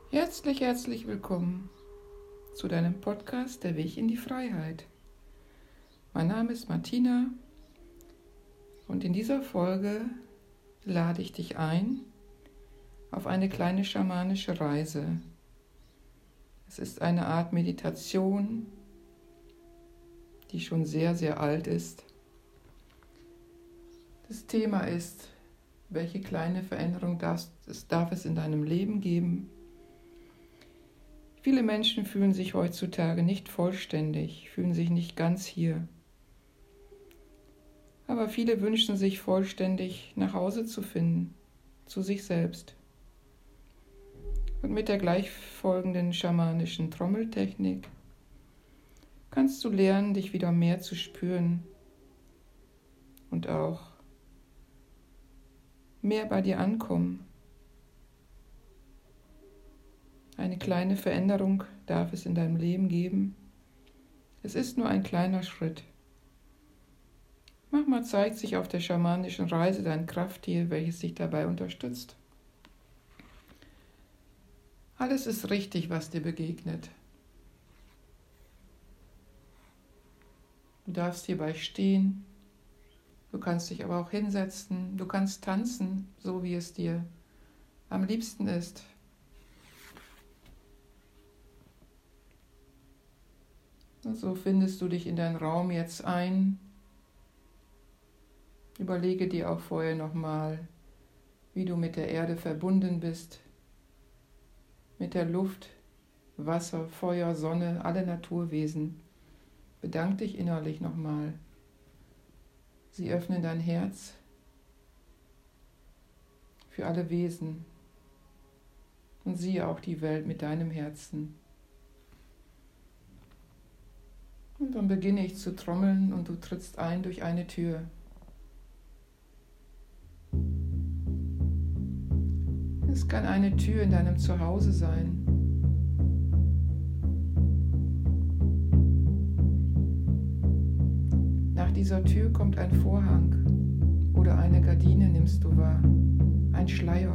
Herzlich willkommen zu deinem Podcast Der Weg in die Freiheit. Mein Name ist Martina und in dieser Folge lade ich dich ein auf eine kleine schamanische Reise. Es ist eine Art Meditation, die schon sehr, sehr alt ist. Das Thema ist, welche kleine Veränderung darf es in deinem Leben geben? Viele Menschen fühlen sich heutzutage nicht vollständig, fühlen sich nicht ganz hier. Aber viele wünschen sich vollständig nach Hause zu finden, zu sich selbst. Und mit der gleich folgenden schamanischen Trommeltechnik kannst du lernen, dich wieder mehr zu spüren und auch mehr bei dir ankommen. Eine kleine Veränderung darf es in deinem Leben geben. Es ist nur ein kleiner Schritt. Manchmal zeigt sich auf der schamanischen Reise dein Krafttier, welches dich dabei unterstützt. Alles ist richtig, was dir begegnet. Du darfst hierbei stehen. Du kannst dich aber auch hinsetzen, du kannst tanzen, so wie es dir am liebsten ist. Und so findest du dich in deinen Raum jetzt ein. Überlege dir auch vorher nochmal, wie du mit der Erde verbunden bist, mit der Luft, Wasser, Feuer, Sonne, alle Naturwesen. Bedank dich innerlich nochmal. Sie öffnen dein Herz für alle Wesen und siehe auch die Welt mit deinem Herzen. Und dann beginne ich zu trommeln und du trittst ein durch eine Tür. Es kann eine Tür in deinem Zuhause sein. Nach dieser Tür kommt ein Vorhang oder eine Gardine, nimmst du wahr, ein Schleier,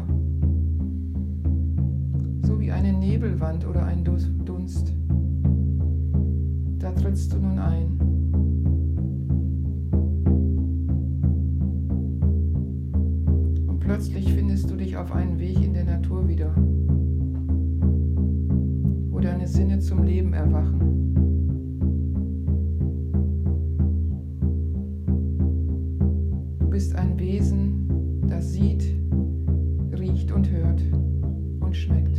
so wie eine Nebelwand oder ein Dunst. Da trittst du nun ein. Und plötzlich findest du dich auf einen Weg in der Natur wieder, wo deine Sinne zum Leben erwachen. Du bist ein Wesen, das sieht, riecht und hört und schmeckt.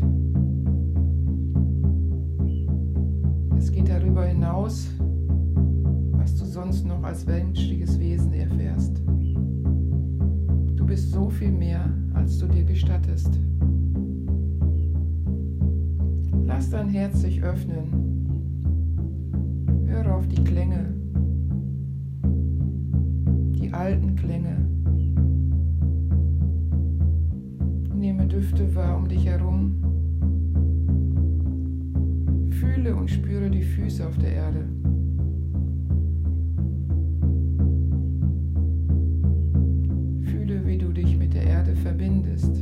Es geht darüber hinaus, was du sonst noch als menschliches Wesen erfährst. Du bist so viel mehr, als du dir gestattest. Lass dein Herz sich öffnen. Höre auf die Klänge, die alten Klänge. Nehme Düfte wahr um dich herum. Fühle und spüre die Füße auf der Erde. Fühle, wie du dich mit der Erde verbindest.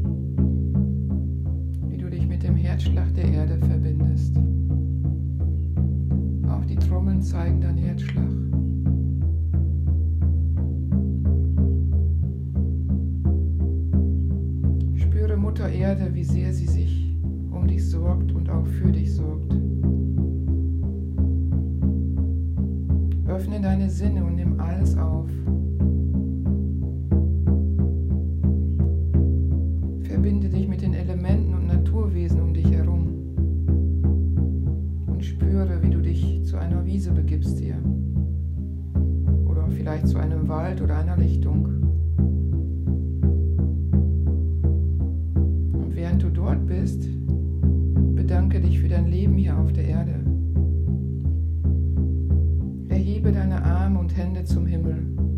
Wie du dich mit dem Herzschlag der Erde verbindest. Auch die Trommeln zeigen deinen Herzschlag. Spüre Mutter Erde, wie sehr sie sich um dich sorgt und auch für dich sorgt. Öffne deine Sinne und nimm alles auf. Verbinde dich mit den Elementen und Naturwesen um dich herum und spüre, wie du dich zu einer Wiese begibst hier oder vielleicht zu einem Wald oder einer Lichtung. Und während du dort bist, bedanke dich für dein Leben hier auf der Erde. Erhebe deine Arme und Hände zum Himmel.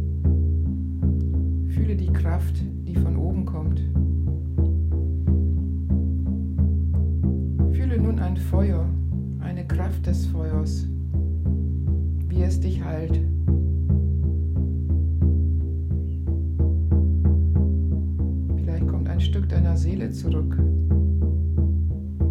Fühle die Kraft, die von oben kommt. Fühle nun ein Feuer, eine Kraft des Feuers, wie es dich heilt. Vielleicht kommt ein Stück deiner Seele zurück.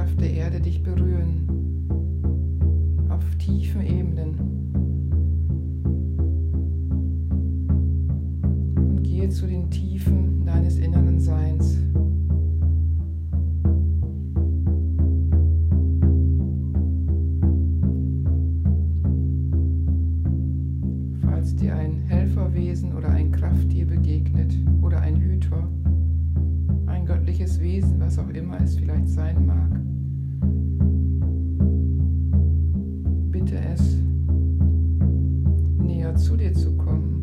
Herzkraft der Erde dich berühren, auf tiefen Ebenen. Und gehe zu den Tiefen deines inneren Seins. Falls dir ein Helferwesen oder ein Krafttier begegnet oder ein Hüter, ein göttliches Wesen, was auch immer es vielleicht sein mag, bitte es, näher zu dir zu kommen.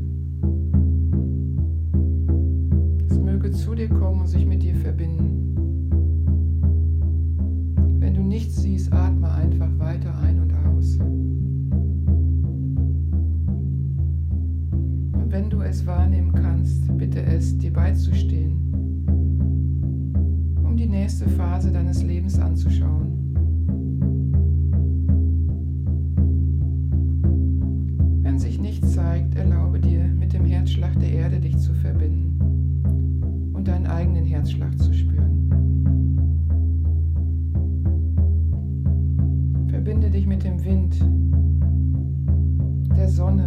Es möge zu dir kommen und sich mit dir verbinden. Wenn du nichts siehst, atme einfach weiter ein und aus. Und wenn du es wahrnehmen kannst, bitte es, dir beizustehen, um die nächste Phase deines Lebens anzuschauen. Wenn sich nichts zeigt, erlaube dir, mit dem Herzschlag der Erde dich zu verbinden und deinen eigenen Herzschlag zu spüren. Verbinde dich mit dem Wind, der Sonne,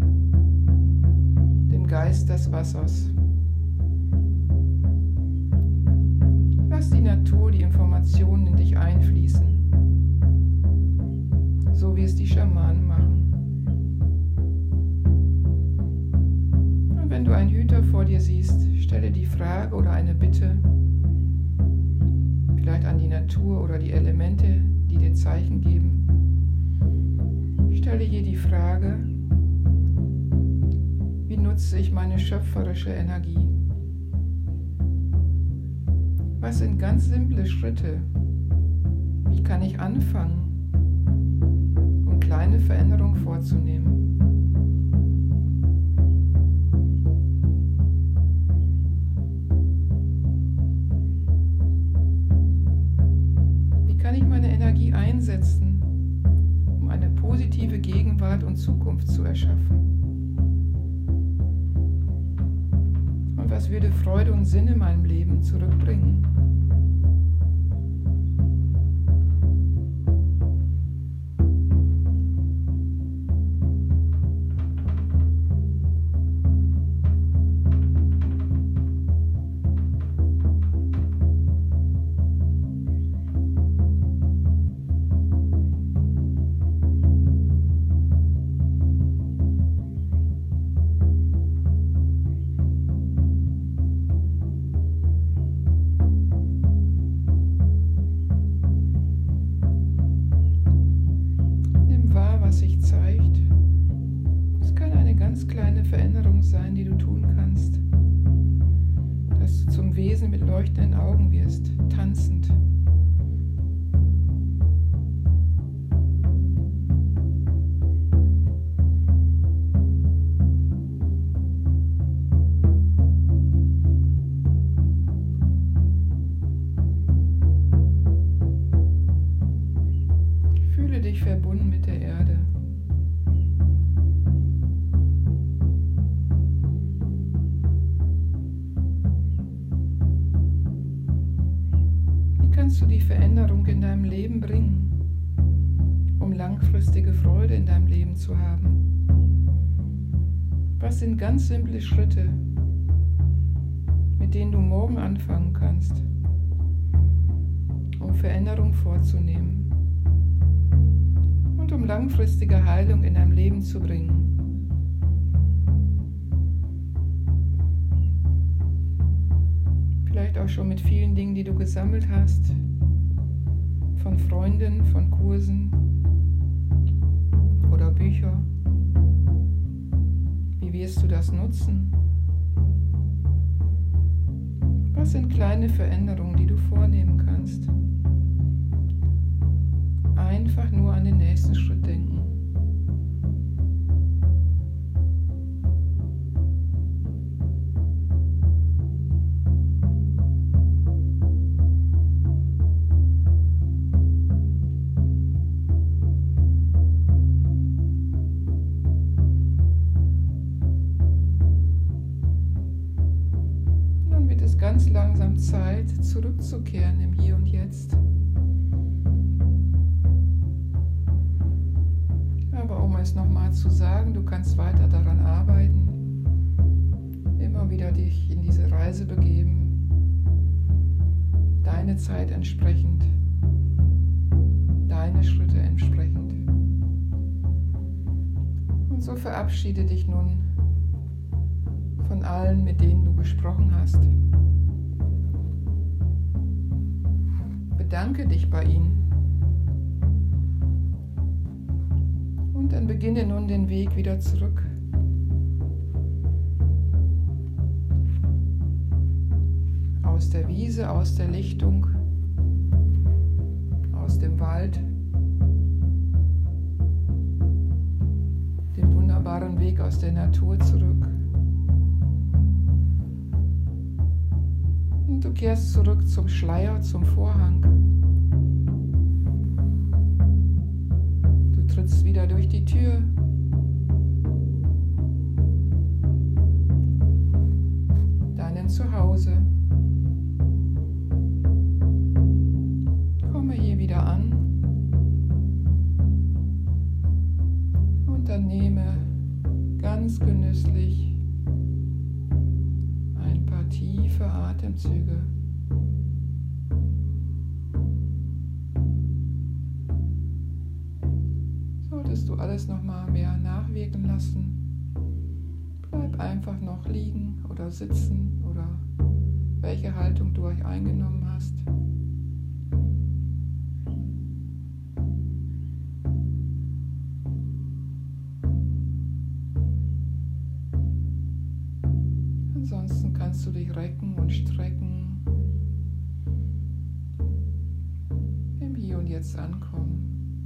dem Geist des Wassers. Lass die Natur die Informationen in dich einfließen, so wie es die Schamanen machen. Und wenn du einen Hüter vor dir siehst, stelle die Frage oder eine Bitte, vielleicht an die Natur oder die Elemente, die dir Zeichen geben. Stelle hier die Frage, wie nutze ich meine schöpferische Energie? Was sind ganz simple Schritte? Wie kann ich anfangen, um kleine Veränderungen vorzunehmen? Wie kann ich meine Energie einsetzen, um eine positive Gegenwart und Zukunft zu erschaffen? Und was würde Freude und Sinn in meinem Leben zurückbringen? Veränderung sein, die du tun kannst, dass du zum Wesen mit leuchtenden Augen wirst, tanzend. Fühle dich verbunden mit der Erde. Kannst du die Veränderung in deinem Leben bringen, um langfristige Freude in deinem Leben zu haben? Was sind ganz simple Schritte, mit denen du morgen anfangen kannst, um Veränderung vorzunehmen und um langfristige Heilung in deinem Leben zu bringen? Vielleicht auch schon mit vielen Dingen, die du gesammelt hast, von Freunden, von Kursen oder Büchern. Wie wirst du das nutzen? Was sind kleine Veränderungen, die du vornehmen kannst? Einfach nur an den nächsten Schritt denken. Ganz langsam Zeit, zurückzukehren im Hier und Jetzt. es nochmal zu sagen, du kannst weiter daran arbeiten, immer wieder dich in diese Reise begeben, deine Zeit entsprechend, deine Schritte entsprechend. Und so verabschiede dich nun von allen, mit denen du gesprochen hast. Bedanke dich bei ihnen. Und dann beginne nun den Weg wieder zurück. Aus der Wiese, aus der Lichtung, aus dem Wald, den wunderbaren Weg aus der Natur zurück. Und du kehrst zurück zum Schleier, zum Vorhang. Du trittst wieder durch die Tür. Deinem Zuhause. Komme hier wieder an. Und dann nehme ganz genüsslich ein paar tiefe Atemzüge. Solltest du alles nochmal mehr nachwirken lassen, bleib einfach noch liegen oder sitzen oder welche Haltung du euch eingenommen hast. Ansonsten kannst du dich recken und strecken, im Hier und Jetzt ankommen.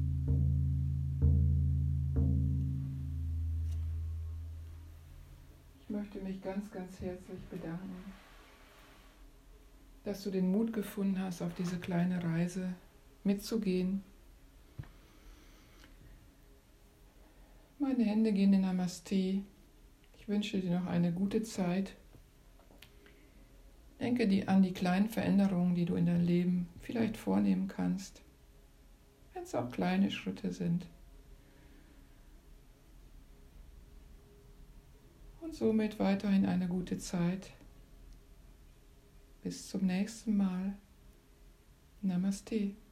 Ich möchte mich ganz, ganz herzlich bedanken, dass du den Mut gefunden hast, auf diese kleine Reise mitzugehen. Meine Hände gehen in Namaste. Ich wünsche dir noch eine gute Zeit. Denke an die kleinen Veränderungen, die du in deinem Leben vielleicht vornehmen kannst, wenn es auch kleine Schritte sind. Und somit weiterhin eine gute Zeit. Bis zum nächsten Mal. Namaste.